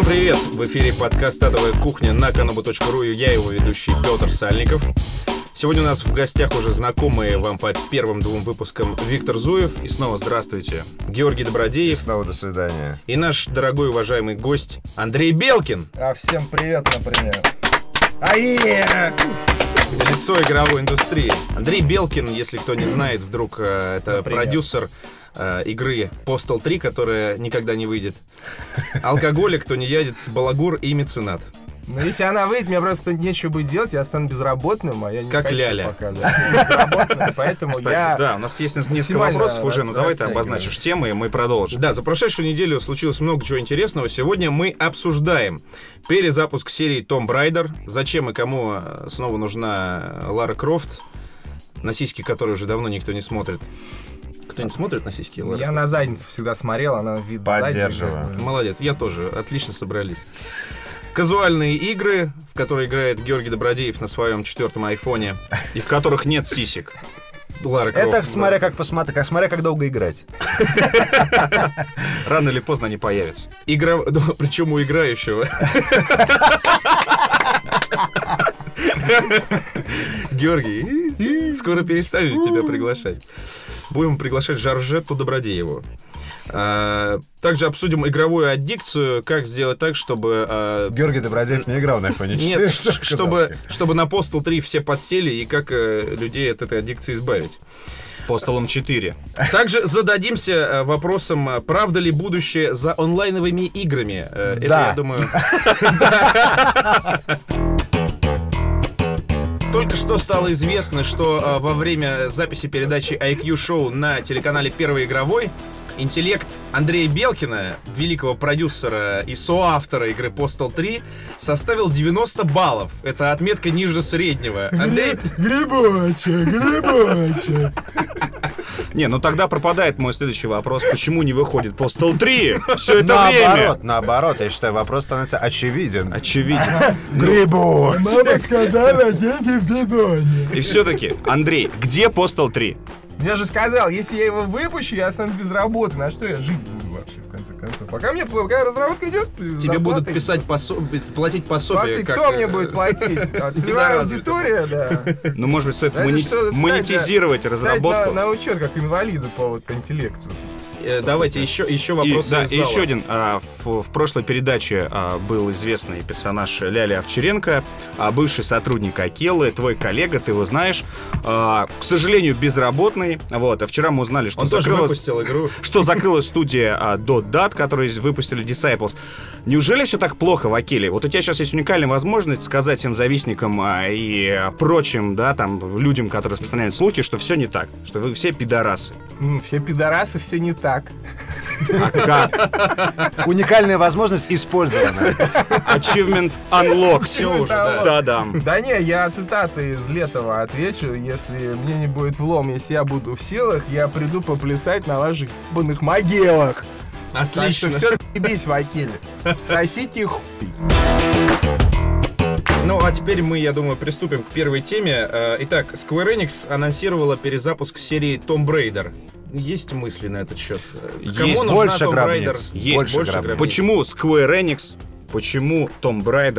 Всем привет! В эфире подкаст «Адовая кухня» на kanobu.ru, и я его ведущий Петр Сальников. Сегодня у нас в гостях уже знакомые вам по первым двум выпускам Виктор Зуев. И снова здравствуйте. Георгий Добродеев. И снова до свидания. И наш дорогой уважаемый гость Андрей Белкин. Всем привет, например. Лицо игровой индустрии. Андрей Белкин, если кто не знает, вдруг это продюсер игры Postal 3, которая никогда не выйдет. Алкоголик, тунеядец, балагур и меценат. Ну, если она выйдет, мне просто нечего будет делать, я стану безработным, а я не как хочу Ляля. Пока, безработным, поэтому кстати, да, у нас есть несколько вопросов уже, но давай ты обозначишь темы, и мы продолжим. Да, за прошедшую неделю случилось много чего интересного. Сегодня мы обсуждаем перезапуск серии Tomb Raider, зачем и кому снова нужна Лара Крофт, на сиськи которой уже давно никто не смотрит. Кто-нибудь смотрит на сиськи Лары? Я на задницу всегда смотрел, она вид поддерживаю. Молодец, я тоже, отлично собрались. Казуальные игры, в которые играет Георгий Добродеев на своем 4-м айфоне, и в которых нет сисек. Лара Крофт. Это смотря как посмотреть, смотря как долго играть. Рано или поздно они появятся. Причем у играющего. Георгий, скоро перестанем тебя приглашать. Будем приглашать Жоржетту Добродееву. Также обсудим игровую аддикцию, как сделать так, чтобы... Георгий Добродеев не играл на iPhone 4. Нет, чтобы на Postal 3 все подсели, и как людей от этой аддикции избавить. Postal 4. Также зададимся вопросом, правда ли будущее за онлайновыми играми. Это, я думаю... Только что стало известно, что во время записи передачи IQ-шоу на телеканале «Первый игровой» интеллект Андрея Белкина, великого продюсера и соавтора игры Postal 3, составил 90 баллов. Это отметка ниже среднего. Андрей... Грибочек. Не, ну тогда пропадает мой следующий вопрос. Почему не выходит Postal 3 все это время? Наоборот, я считаю, вопрос становится очевиден. Очевидно. Грибочек. Мама сказала, деньги в бидоне. И все-таки, Андрей, где Postal 3? Я же сказал, если я его выпущу, я останусь без работы. На что я жить буду вообще, в конце концов? Пока разработка идет, тебе будут писать платить пособие. Кто мне будет платить? Целевая аудитория, да. Ну, может быть, стоит монетизировать разработку. На учет, как инвалиду по интеллекту. Давайте еще вопрос. Да, и еще один. В прошлой передаче был известный персонаж Ляля Овчаренко, бывший сотрудник Акелы, твой коллега, ты его знаешь. К сожалению, безработный. Вот. А вчера мы узнали, что закрылась студия Dot Dat, которые выпустили Disciples. Неужели все так плохо в Акеле? Вот у тебя сейчас есть уникальная возможность сказать всем завистникам и прочим, да, там, людям, которые распространяют слухи, что все не так, что вы все пидорасы. Все пидорасы, все не так. А как? Уникальная возможность использована. Achievement unlocked. Все уже, да. Да-да. Да не, я цитаты из Летова отвечу. Если мне не будет влом, если я буду в силах, я приду поплясать на ваших ебаных могилах. Отлично. Так что все заебись в Акеле. Сосите хуй. Ну, а теперь мы, я думаю, приступим к первой теме. Итак, Square Enix анонсировала перезапуск серии Tomb Raider. Есть мысли на этот счет? Есть. Больше гробниц. Есть больше гробниц. Почему Square Enix? Почему Tomb Raider?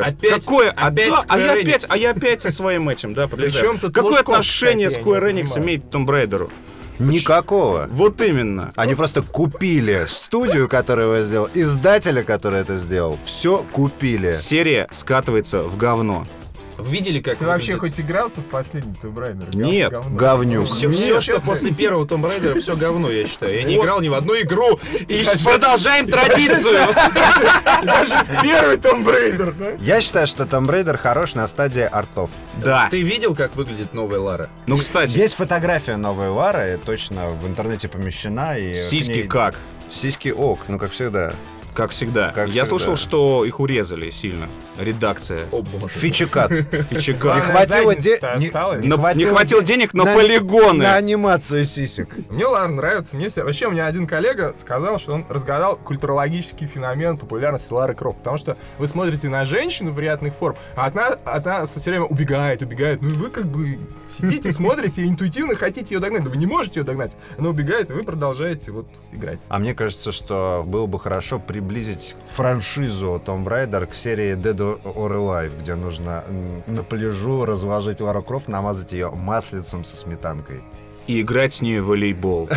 Я опять со своим этим, да, подлезаю. Какое отношение Square Enix имеет к Tomb Raider? Никакого. Вот именно. Они просто купили студию, которая его сделала, издателя, который это сделал. Все купили. Серия скатывается в говно. Видели, как ты вообще хоть играл-то в последний Tomb Raider? Нет. Говнюк. Все, что после первого Tomb Raider, все говно, я считаю. Я не играл ни в одну игру. И продолжаем традицию. Даже в первый Tomb Raider, да? Я считаю, что Tomb Raider хорош на стадии артов. Да. Ты видел, как выглядит новая Лара? Ну, кстати. Есть фотография новой Лары, точно в интернете помещена. И сиськи как? Сиськи ок, ну как всегда. Как всегда. Я слышал, что их урезали сильно. Редакция. О боже. Фичекат. Не хватило денег на полигоны. На анимацию сисек. Мне Лара нравится. Вообще, у меня один коллега сказал, что он разгадал культурологический феномен популярности Лары Крофт. Потому что вы смотрите на женщину приятных форм, а она все время убегает. Ну и вы как бы сидите, смотрите и интуитивно хотите ее догнать. Да вы не можете ее догнать. Она убегает, и вы продолжаете вот играть. А мне кажется, что было бы хорошо приблизить франшизу Tomb Raider к серии Dead or Alive, где нужно на пляжу разложить Лару Крофт, намазать ее маслицем со сметанкой. И играть с ней в волейбол.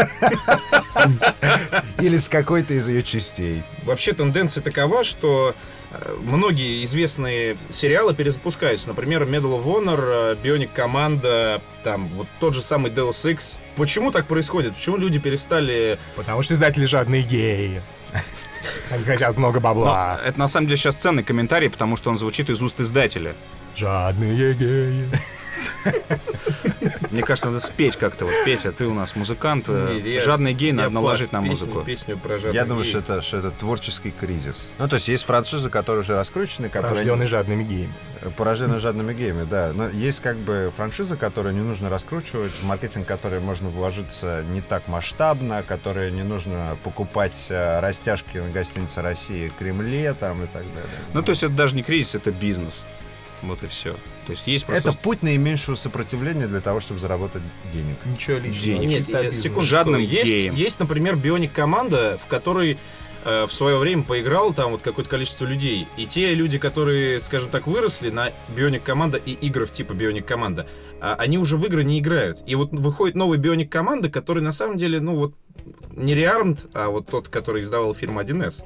Или с какой-то из ее частей. Вообще тенденция такова, что многие известные сериалы перезапускаются. Например, Medal of Honor, Bionic Commando, там вот тот же самый Deus Ex. Почему так происходит? Почему люди перестали... Потому что издатели жадные геи. Они хотят много бабла. Это на самом деле сейчас ценный комментарий, потому что он звучит из уст издателя. Жадные геи. Мне кажется, надо спеть как-то. Вот, Петя, ты у нас музыкант. Нет, жадный гей надо наложить на музыку. Песню про жадных Я думаю, геев. что это творческий кризис. Ну, то есть франшизы, которые уже раскручены, которые... Рожденные жадными геями. Порожденные жадными геями, да. Но есть как бы франшизы, которые не нужно раскручивать, в маркетинг, в который можно вложиться не так масштабно, которые не нужно покупать растяжки на гостинице России, Кремле там и так далее. Ну, то есть это даже не кризис, это бизнес. Вот и все. То есть есть просто... Это путь наименьшего сопротивления для того, чтобы заработать денег. Ничего личного. Денег. Нет, чисто бизнес. секундочку. Жадным есть, геем. есть, например, Bionic Commando, в которой в свое время поиграл там вот какое-то количество людей. И те люди, которые, скажем так, выросли на Bionic Commando и играх типа Bionic Commando, они уже в игры не играют. И вот выходит новый Bionic Commando, который на самом деле, ну вот, не Rearmed, а вот тот, который издавал фирма 1С.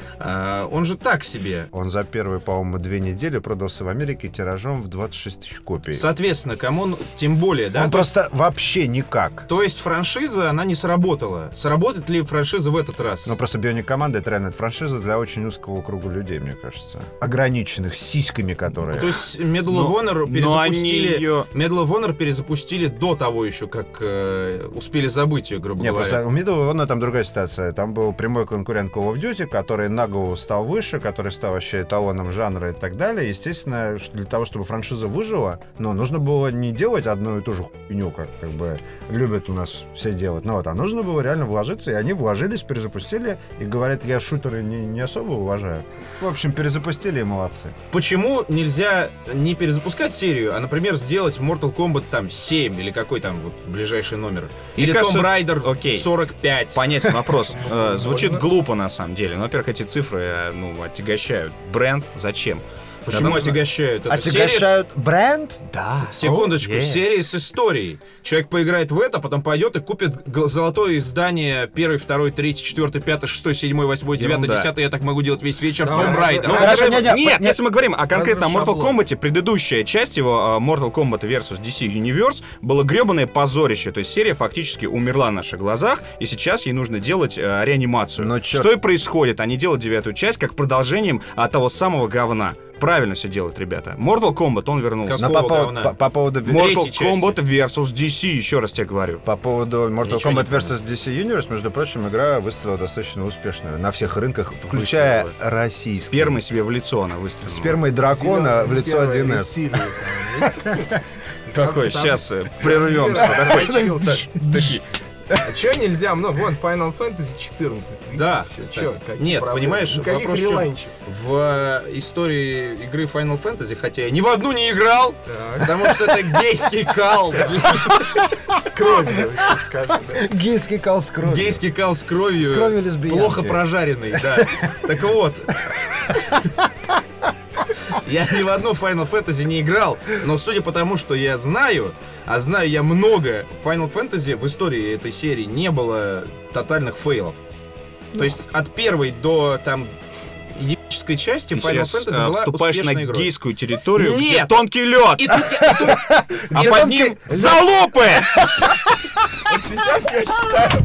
Он же так себе. Он за первые, по-моему, 2 недели продался в Америке тиражом в 26 тысяч копий. Соответственно, кому он... Тем более, да? Он просто вообще никак. То есть франшиза, она не сработала. Сработает ли франшиза в этот раз? Но просто Bionic Commando — это реально франшиза для очень узкого круга людей, мне кажется. Ограниченных, с сиськами которые. То есть Medal of Honor Medal of Honor перезапустили до того еще, как успели забыть ее, грубо Нет, говоря. просто у Medal of Honor там другая ситуация. Там был прямой конкурент Call of Duty, который на голову стал выше, который стал вообще эталоном жанра и так далее. Естественно, для того, чтобы франшиза выжила, но нужно было не делать одну и ту же хуйню, как бы любят у нас все делать. Но вот, а нужно было реально вложиться, и они вложились, перезапустили, и говорят, я шутеры не особо уважаю. В общем, перезапустили и молодцы. Почему нельзя не перезапускать серию, а, например, сделать Mortal Kombat там 7 или какой там вот ближайший номер? Или кажется, Tomb Raider окей. 45? Понятен вопрос. Звучит глупо, на самом деле. Но, во-первых, эти цифры, отягощают бренд. Зачем? Почему отягощают? Это Отягощают бренд? Да. Секундочку, О, серия с историей. Человек поиграет в это, потом пойдет и купит золотое издание 1, 2, 3, 4, 5, 6, 7, 8, 9, Ерунда. 10. Я так могу делать весь вечер. Давай, Tomb Raider. ну, хорошо, Нет, если мы говорим о конкретно Разбор Mortal шаблон. Kombat, предыдущая часть его, Mortal Kombat vs. DC Universe, было гребаное позорище. То есть серия фактически умерла на наших глазах, и сейчас ей нужно делать реанимацию. Но чёрт. Что и происходит. Они делают 9-ю часть как продолжением того самого говна. Правильно все делают, ребята. Mortal Kombat, он вернулся. Как- Но Какого говна? по поводу... Третьей Mortal части. Kombat vs. DC, еще раз тебе говорю. По поводу Mortal Ничего не Kombat vs. DC Universe, между прочим, игра выстрелила достаточно успешно на всех рынках, включая российский. Спермой себе в лицо она выстрелила. Спермой дракона в лицо 1С. Какой? Сейчас прервемся. Такой. А чё нельзя много? Вон, Final Fantasy 14. Да, Всё, кстати. чё, какие Нет, проблемы? понимаешь, Никаких вопрос в чём? реланчей. В истории игры Final Fantasy, хотя я ни в одну не играл, Так, потому что это гейский кал. с кровью еще скажу, да. Гейский кал с кровью. Гейский кал с кровью. С кровью лесбиянки. Плохо прожаренный, да. Так вот. Я ни в одну Final Fantasy не играл, но судя по тому, что я знаю, а знаю я много, Final Fantasy в истории этой серии не было тотальных фейлов. То есть от первой до там ебической части Ты Final сейчас Fantasy была вступаешь на успешной игрой. гейскую территорию, где Нет. тонкий лед, И тут а Где под тонкий- ним залупы! Вот сейчас я считаю.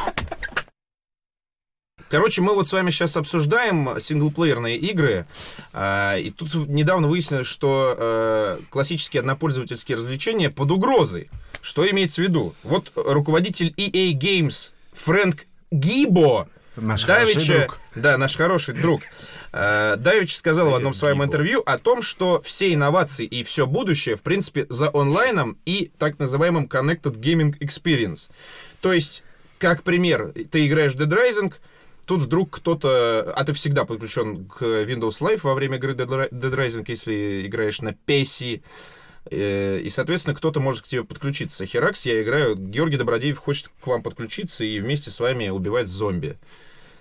Короче, мы вот с вами сейчас обсуждаем синглплеерные игры, и тут недавно выяснилось, что классические однопользовательские развлечения под угрозой. Что имеется в виду? Вот руководитель EA Games Фрэнк Гибо, Наш хороший друг. Да, наш хороший друг, давеча сказал в одном своем интервью о том, что все инновации и все будущее, в принципе, за онлайном и так называемым Connected Gaming Experience. То есть, как пример, ты играешь в Dead Rising, тут вдруг кто-то... А ты всегда подключен к Windows Live во время игры Dead Rising, если играешь на PC. И, соответственно, кто-то может к тебе подключиться. Херакс, я играю, Георгий Добродеев хочет к вам подключиться и вместе с вами убивать зомби.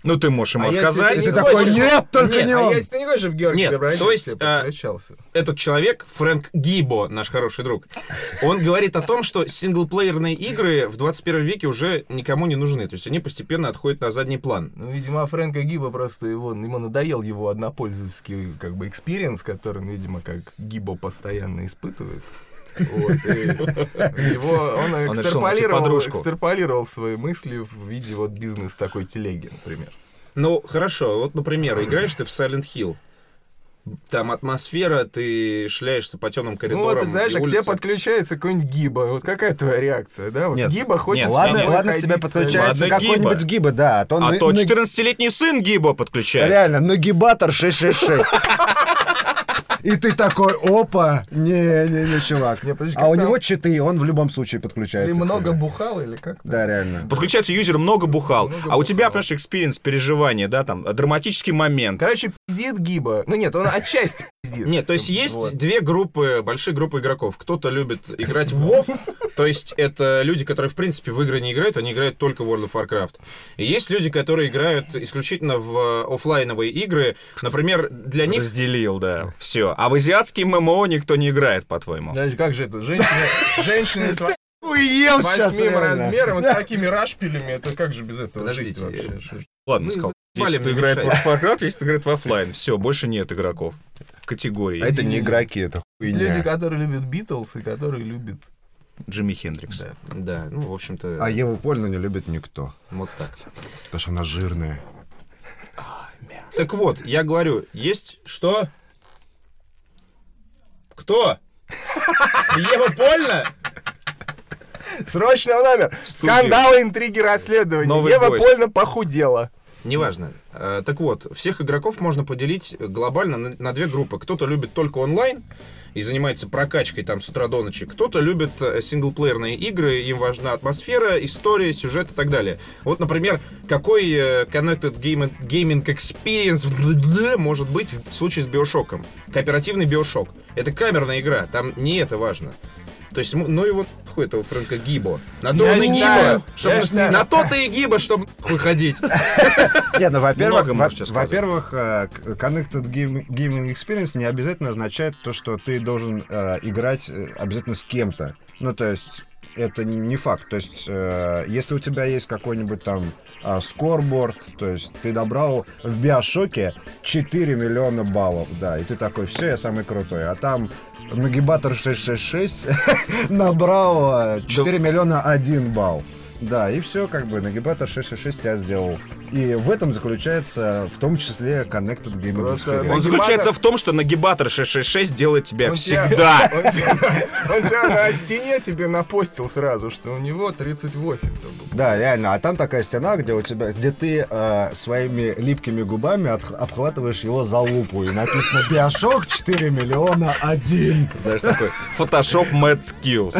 Ну, ты можешь ему отказать. Ты такой, нет, только не А он. если ты не хочешь, чтобы Георгий Нет, Добродетель то есть, тебе подключался? Этот человек, Фрэнк Гибо, наш хороший друг, он говорит о том, что синглплеерные игры в 21 веке уже никому не нужны. То есть они постепенно отходят на задний план. Ну, видимо, Фрэнка Гиба просто ему надоел его однопользовательский как бы экспириенс, который, видимо, как Гибо постоянно испытывает. Вот, и он экстраполировал свои мысли в виде вот бизнес такой телеги, например. Ну, хорошо, вот, например, играешь ты в Silent Hill. Там атмосфера, ты шляешься по темным коридорам. Ну, вот, ты знаешь, а к тебе подключается какой-нибудь Гиба. Вот какая твоя реакция, да? Вот Нет, Гиба хочет... Ладно, к тебе подключается какой-нибудь Гиба, да. А то 14-летний сын Гиба подключается. Реально, нагибатор 666. И ты такой, опа, не, чувак. А у него читы, он в любом случае подключается. Ты много бухал или как? Да, реально. Подключается юзер, много бухал. А у тебя, понимаешь, экспириенс, переживания, да, там, драматический момент. Короче, пиздит Гиба. Ну нет, он отчасти пиздит. Нет, то есть есть две группы, большие группы игроков. Кто-то любит играть в WoW, то есть это люди, которые, в принципе, в игры не играют, они играют только в World of Warcraft. И есть люди, которые играют исключительно в оффлайновые игры. Например, для них... Разделил, да. Все. А в азиатские ММО никто не играет, по-твоему. Даже как же это? Женщины с Уел сейчас, 8 размером и с такими рашпилями, это как же без этого жить Подождите, вообще? Ладно, сказал. Если кто играет в World of Warcraft, если кто играет в оффлайн. Все, больше нет игроков. Категории. А это не игроки, это Есть хуйня. люди, которые любят Битлз и которые любят... Джимми Хендрикс. Да, ну, в общем-то... А Еву Польну не любит никто. Вот так. Потому что она жирная. Так вот, я говорю, есть что? Кто? Ева Польна? Срочно номер! Скандалы, интриги, расследования. Новый Ева гость. Польна похудела. Неважно. Так вот, всех игроков можно поделить глобально на две группы. Кто-то любит только онлайн и занимается прокачкой там с утра до ночи. Кто-то любит синглплеерные игры, им важна атмосфера, история, сюжет и так далее. Вот, например, какой Connected Gaming Experience может быть в случае с Биошоком? Кооперативный Биошок. Это камерная игра, там не это важно. То есть, ну его хуй этого Фрэнка Гибо. На то он и Гибо, на то ты и Гибо, чтобы хуй ходить. Не, ну, во-первых, во-первых, Connected Gaming Experience не обязательно означает то, что ты должен играть обязательно с кем-то. Ну, то есть, это не факт. То есть, если у тебя есть какой-нибудь там скорборд, то есть ты набрал в Биошоке 4 миллиона баллов, да, и ты такой, все, я самый крутой. А там нагибатор 666 набрал 4 миллиона 1 балл. Да, и все, как бы, нагибатор 666 тебя сделал. И в этом заключается, в том числе, Connected Gaming Experience. Он заключается в том, что нагибатор 666 делает тебя всегда. Он тебя на стене тебе напостил сразу, что у него 38. Да, реально. А там такая стена, где ты своими липкими губами обхватываешь его за лупу. И написано «Биошок 4 миллиона 1». Знаешь, такой Photoshop Mad Skills.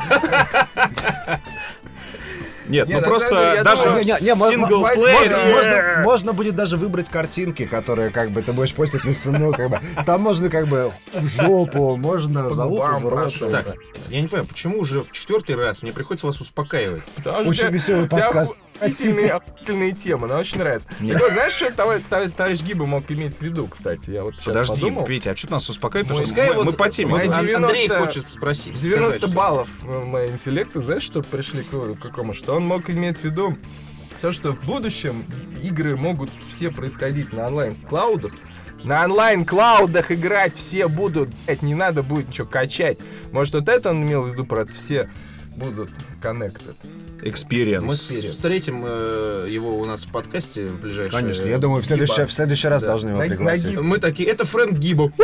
Нет, ну просто даже синглплеер... Можно будет даже выбрать картинки, которые как бы ты будешь постить на стену, как бы. Там можно как бы в жопу, можно за лупу в рот. Так, я не понимаю, почему уже в 4-й раз мне приходится вас успокаивать? Очень веселый подкаст. Охуительные темы, мне очень нравится. Знаешь, что товарищ Гиба мог иметь в виду, кстати? Я вот сейчас подумал. Подожди, Петя, а что ты нас успокаивает? Мы по теме. Андрей хочет спросить. 90 баллов моего интеллекта, знаешь, что пришли к выводу какому? Что он мог иметь в виду то, что в будущем игры могут все происходить на онлайн-клаудах. На онлайн-клаудах играть все будут, не надо будет ничего качать. Может, вот это он имел в виду, про все будут connected. Experience. Мы встретим его у нас в подкасте в ближайшее... Конечно, я думаю, в следующий раз должны его пригласить. Мы такие, это Фрэнк Гибо.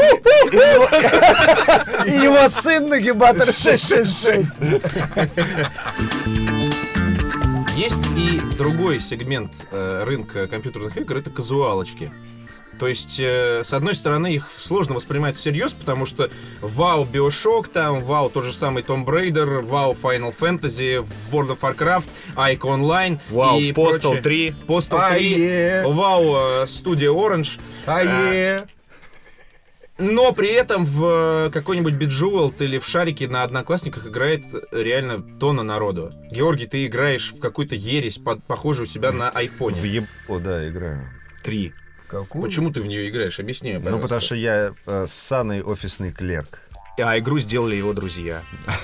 И его сын нагибатор 666. Есть и другой сегмент рынка компьютерных игр, это казуалочки. То есть, с одной стороны, их сложно воспринимать всерьез, потому что WoW Bioshock, там WoW тот же самый Tomb Raider, WoW Final Fantasy, World of Warcraft, Ike Online WoW и Postal 3. Postal 3, WoW Studio Orange. Но при этом в какой-нибудь Bejeweled или в шарике на Одноклассниках играет реально тонна народу. Георгий, ты играешь в какую-то ересь, похожую у себя на айфоне. В ебу, да, играю. 3. Какую? Почему ты в нее играешь? Объясни, пожалуйста. Ну, потому что я ссаный офисный клерк. А игру сделали его друзья.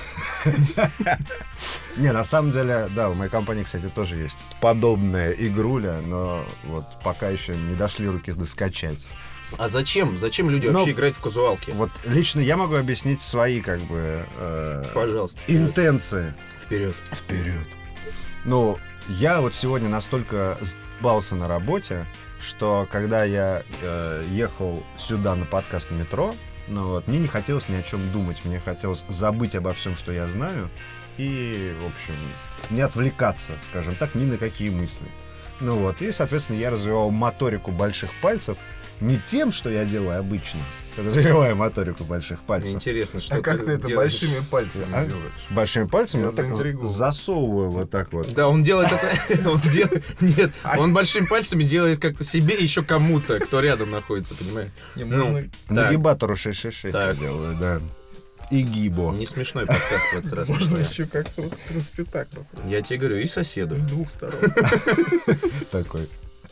Не, на самом деле, да, в моей компании, кстати, тоже есть подобная игруля, но вот пока еще не дошли руки доскачать. А зачем? Зачем люди вообще играть в казуалки? Вот лично я могу объяснить свои, как бы, Пожалуйста. интенции. Вперед. Вперед. Ну, я вот сегодня настолько с***бался на работе, что когда я ехал сюда на подкаст на метро, ну вот, мне не хотелось ни о чем думать, мне хотелось забыть обо всем, что я знаю, и, в общем, не отвлекаться, скажем так, ни на какие мысли. Ну вот, и, соответственно, я развивал моторику больших пальцев не тем, что я делаю обычно, развиваю моторику больших пальцев. Интересно, что как ты это делаешь? большими пальцами делаешь? Большими пальцами Я вот так заинтригован. засовываю вот так вот. Да, он делает это... Он делает... Нет, он большими пальцами делает как-то себе и еще кому-то, кто рядом находится, понимаешь? Можно... Нагибатору 666 я Так. делаю, да. И гибо. Не смешной подкаст в этот раз. Можно начинаем. еще как-то, вот, в принципе, так попробовать. Я тебе говорю, и соседу. С двух сторон. Такой.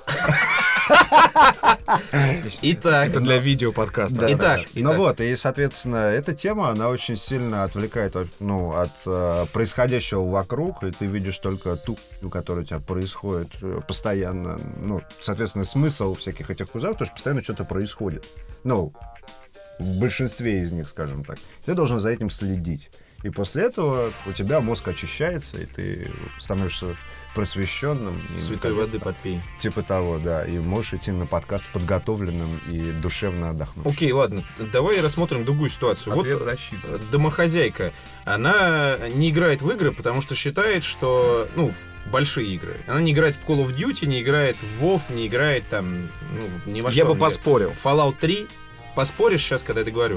Итак, Это для видео-подкаста. Да, Итак, да. Ну вот, и, соответственно, эта тема, она очень сильно отвлекает от происходящего вокруг, и ты видишь только ту, которая у тебя происходит постоянно. Ну, соответственно, смысл всяких этих кузов, потому что постоянно что-то происходит. Ну, в большинстве из них, скажем так. Ты должен за этим следить. И после этого у тебя мозг очищается, и ты становишься просвещенным. И, святой воды попей. Типа того, да. И можешь идти на подкаст подготовленным и душевно отдохнуть. Окей, ладно, давай рассмотрим другую ситуацию. Ответ Вот защиты. домохозяйка, она не играет в игры, потому что считает, что, ну, в большие игры. Она не играет в Call of Duty, не играет в WoW, не играет там, ну, ни во что. Я бы она играет. поспорил. Fallout 3. Поспоришь сейчас, когда я это говорю?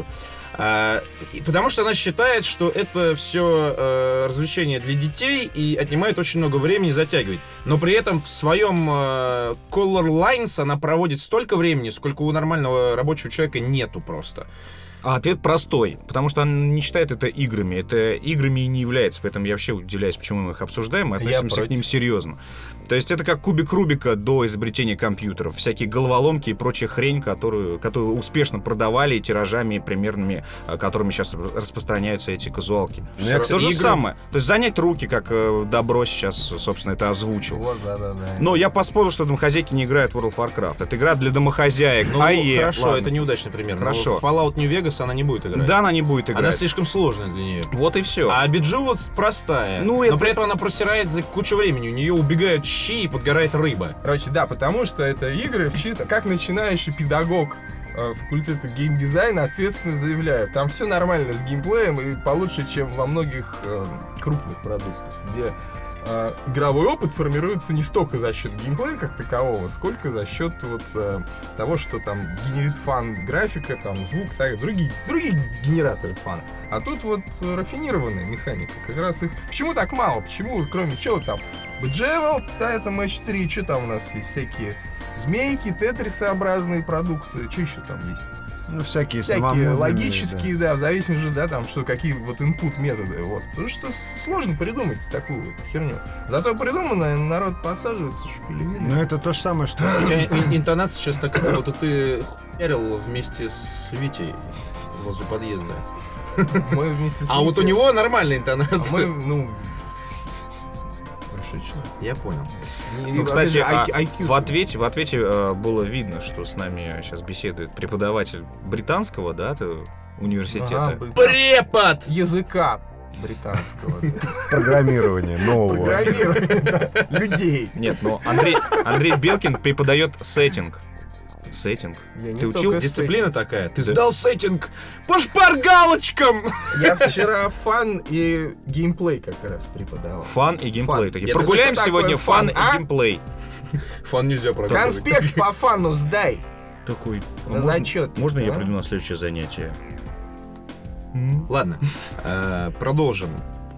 Потому что она считает, что это все развлечение для детей и отнимает очень много времени, затягивает. Но при этом в своем Color Lines она проводит столько времени, сколько у нормального рабочего человека нету просто. А ответ простой, потому что она не считает это играми. Это играми и не является, поэтому я вообще удивляюсь, почему мы их обсуждаем, и относимся к ним серьезно. То есть это как кубик Рубика до изобретения компьютеров. Всякие головоломки и прочая хрень, которую успешно продавали тиражами примерными, которыми сейчас распространяются эти казуалки. То же самое. То есть занять руки, как Добро сейчас, собственно, это озвучил. Вот, да. Но я поспорил, что домохозяйки не играют в World of Warcraft. Это игра для домохозяек. Ну, хорошо, ладно. Это неудачный пример. Хорошо. В Fallout New Vegas она не будет играть. Да, она не будет играть. Она слишком сложная для нее. Вот и все. А Bejeweled простая. Ну, но при этом она просирает за кучу времени. У нее убегают щи и подгорает рыба. Короче, да, потому что это игры в чисто... Как начинающий педагог факультета геймдизайна ответственно заявляю, там все нормально с геймплеем и получше, чем во многих крупных продуктах, где игровой опыт формируется не столько за счет геймплея как такового, сколько за счет вот того, что там генерит фан графика, там звук, так, другие генераторы фана. А тут вот рафинированная механика. Как раз их... Почему так мало? Почему, кроме чего там? Bejeweled, да, это Match 3, что там у нас есть? Всякие змейки, тетрисообразные продукты, что еще там есть? Ну, всякие логические, да, в зависимости, да, там, что какие вот input методы, вот. Потому что сложно придумать такую вот херню. Зато придумано, народ подсаживается, шпилевины. Ну, это то же самое, что... У тебя интонация сейчас такая, будто ты хуярил вместе с Витей возле подъезда. Мы вместе с А вот у Витей- него нормальная А интонация. мы, ну... Большой человек. Я понял. Ну, кстати, IQ. в ответе было видно, что с нами сейчас беседует преподаватель британского, да, университета. Препод! Языка британского. Программирование нового. Программирование, да, людей. Нет, но Андрей Белкин преподает сеттинг. Сеттинг? Я не Ты только учил сеттинг. Дисциплина такая. Ты Да. сдал сеттинг по шпаргалочкам! Я вчера фан и геймплей как раз преподавал. Фан и геймплей. Фан. Такие. Я Прогуляем думаю, что сегодня такое фан фан, а? и геймплей. Фан нельзя программировать. Конспект по фану сдай. Такой. На зачет. Можно я а? приду на следующее занятие? Ладно, продолжим.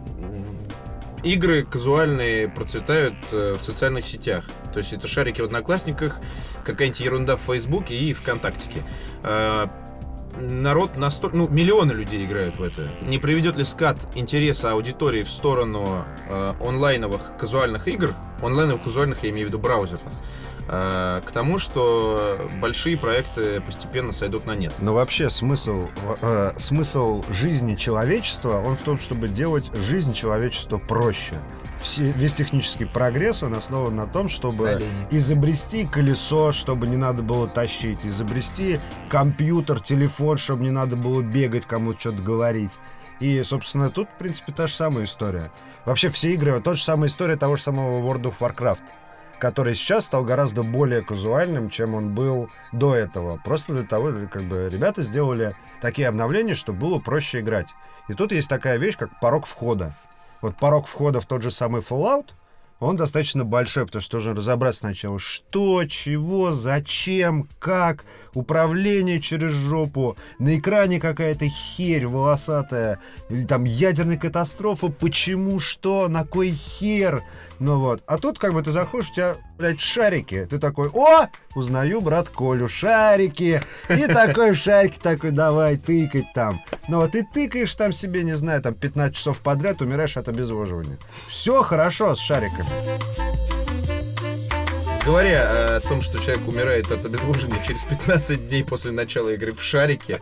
Игры казуальные процветают в социальных сетях. То есть это шарики в Одноклассниках, какая-нибудь ерунда в Фейсбуке и ВКонтактике. народ настолько... Ну, миллионы людей играют в это. Не приведет ли скат интереса аудитории в сторону онлайновых казуальных игр, онлайновых казуальных, я имею в виду браузерных, к тому, что большие проекты постепенно сойдут на нет? Но вообще смысл жизни человечества, он в том, чтобы делать жизнь человечества проще. Весь технический прогресс, он основан на том, чтобы изобрести колесо, чтобы не надо было тащить, изобрести компьютер, телефон, чтобы не надо было бегать, кому-то что-то говорить. И, собственно, тут, в принципе, та же самая история. Вообще все игры, та же самая история того же самого World of Warcraft, который сейчас стал гораздо более казуальным, чем он был до этого. Просто для того, как бы ребята сделали такие обновления, чтобы было проще играть. И тут есть такая вещь, как порог входа. Вот порог входа в тот же самый Fallout, он достаточно большой, потому что должен разобраться сначала, что, чего, зачем, как, управление через жопу, на экране какая-то херь волосатая, или там ядерная катастрофа, почему, что, на кой хер, ну вот. А тут как бы ты заходишь, у тебя, блядь, шарики, ты такой, о, узнаю, брат Колю, шарики, и такой шарики такой, давай, тыкать там. Ну вот и тыкаешь там себе, не знаю, там 15 часов подряд, умираешь от обезвоживания. Все хорошо с шариками. Говоря о том, что человек умирает от обезвоживания через 15 дней после начала игры в шарики,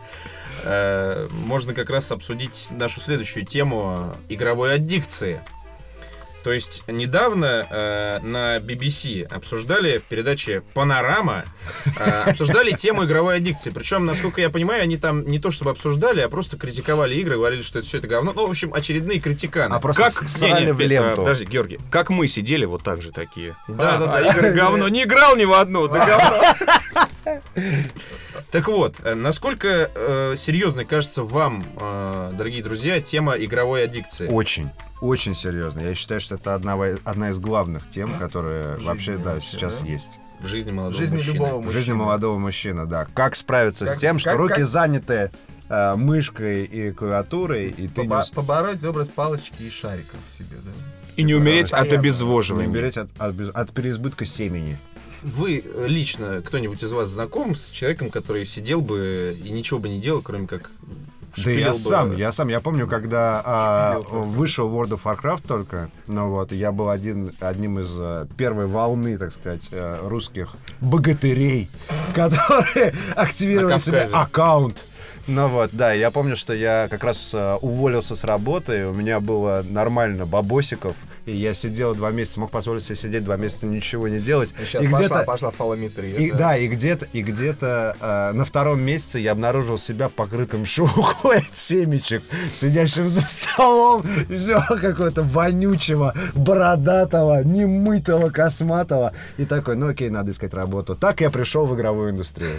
можно как раз обсудить нашу следующую тему игровой аддикции. То есть недавно на BBC обсуждали в передаче «Панорама», обсуждали тему игровой аддикции. Причем, насколько я понимаю, они там не то чтобы обсуждали, а просто критиковали игры, говорили, что это все это говно. Ну, в общем, очередные критиканы. А просто срали в ленту. Подожди, Георгий, как мы сидели вот так же такие. Да. Игры говно. Не играл ни в одну, да говно. Так вот, насколько серьезной кажется вам, дорогие друзья, тема игровой аддикции? Очень серьезно. Я считаю, что это одна из главных тем, которые вообще, да, сейчас есть. В жизни молодого мужчины. В жизни молодого мужчины, да. Как справиться с тем, что руки заняты мышкой и клавиатурой, и ты не... Побороть образ палочки и шариков в себе, да? И не умереть от Не обезвоживания. умереть от переизбытка семени. Вы лично, кто-нибудь из вас знаком с человеком, который сидел бы и ничего бы не делал, кроме как Да я сам. Я помню, когда вышел World of Warcraft только, ну вот, я был одним из первой волны, так сказать, русских богатырей, которые активировали себе аккаунт. Ну вот, да, я помню, что я как раз уволился с работы, у меня было нормально бабосиков, и я сидел 2 месяца, мог позволить себе сидеть 2 месяца, ничего не делать. Сейчас и где-то пошла Follow Me 3. Да, и где-то на 2-м месяце я обнаружил себя покрытым шелухой от семечек, сидящим за столом, все какого-то вонючего, бородатого, немытого, косматого. И такой, ну окей, надо искать работу. Так я пришел в игровую индустрию.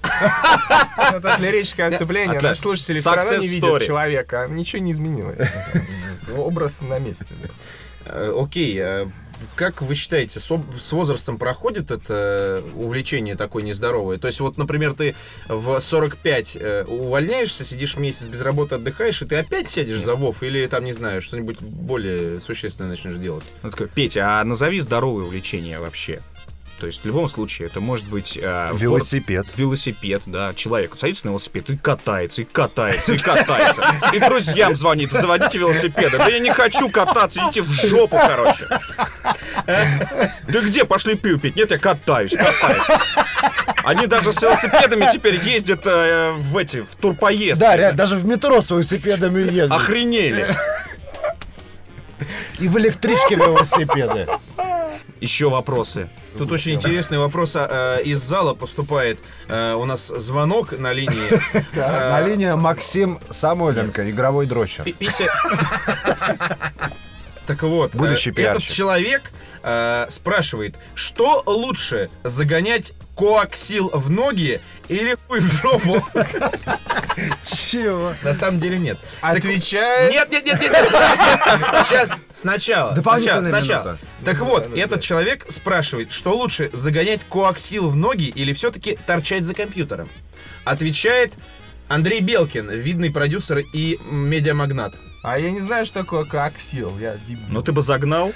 Это лирическое отступление. Наши слушатели все равно не видят человека. Ничего не изменилось. Образ на месте. Окей, как вы считаете, с возрастом проходит это увлечение такое нездоровое? То есть вот, например, ты в 45 увольняешься, сидишь месяц без работы, отдыхаешь, и ты опять сядешь за WoW или там, не знаю, что-нибудь более существенное начнешь делать? Ну, такой, Петя, а назови здоровое увлечение вообще. То есть в любом случае это может быть... велосипед. Велосипед, да. Человек садится на велосипед и катается, и катается, и катается. И друзьям звонит, заводите велосипеды. Да я не хочу кататься, идите в жопу, короче. Да где, пошли пиво пить? Нет, я катаюсь. Они даже с велосипедами теперь ездят в турпоездки. Да, реально, даже в метро с велосипедами едут. Охренели. И в электричке велосипеды. Еще вопросы. Тут очень интересный вопрос из зала поступает. У нас звонок на линии. На линии Максим Самойленко, игровой дрочер. Так вот, будущий этот человек спрашивает, что лучше, загонять коаксил в ноги или хуй в жопу? Чего? На самом деле нет. Отвечает... Нет. Сейчас, сначала. Так вот, этот человек спрашивает, что лучше, загонять коаксил в ноги или все-таки торчать за компьютером? Отвечает Андрей Белкин, видный продюсер и медиамагнат. А я не знаю, что такое коаксил. Ну ты бы загнал.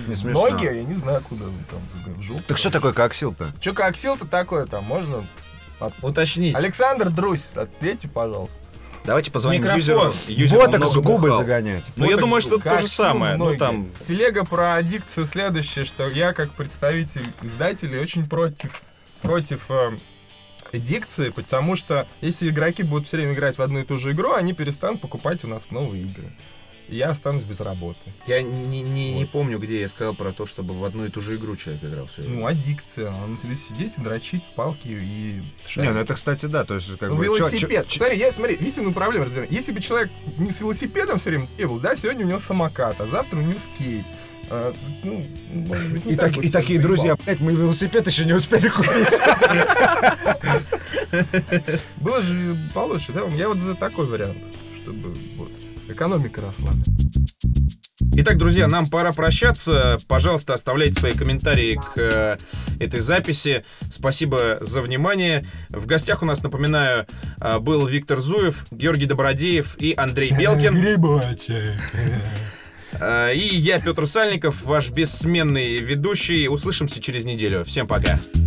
Ноги, я не знаю, куда там в жопу. Так что такое коаксил-то? Что коаксил-то такое там? Можно Уточните. Александр Друзь, ответьте, пожалуйста. Давайте позвоним Микрофон. юзеру. Ботокс в губы загонять. Ну, я думаю, что это то же Как самое. Ну, многие. там... Телега про аддикцию следующее, что я, как представитель издателей, очень против аддикции, потому что если игроки будут все время играть в одну и ту же игру, они перестанут покупать у нас новые игры. И я останусь без работы. Я не помню, где я сказал про то, чтобы в одну и ту же игру человек играл все время. Ну, аддикция. Он тебе сидеть и дрочить в палки и Не, ну это, кстати, да, то есть как Ну, бы... велосипед. Смотри, видите, ну проблему разберем. Если бы человек не с велосипедом все время бегал, да, сегодня у него самокат, а завтра у него скейт. Ну, может быть, не так уж И такие заебал. друзья, блядь, мы велосипед еще не успели купить. Было же получше, да? Я вот за такой вариант, чтобы вот экономика росла. Итак, друзья, нам пора прощаться. Пожалуйста, оставляйте свои комментарии к этой записи. Спасибо за внимание. В гостях у нас, напоминаю, был Виктор Зуев, Георгий Добродеев и Андрей Белкин. И я, Петр Сальников, ваш бессменный ведущий. Услышимся через неделю. Всем пока.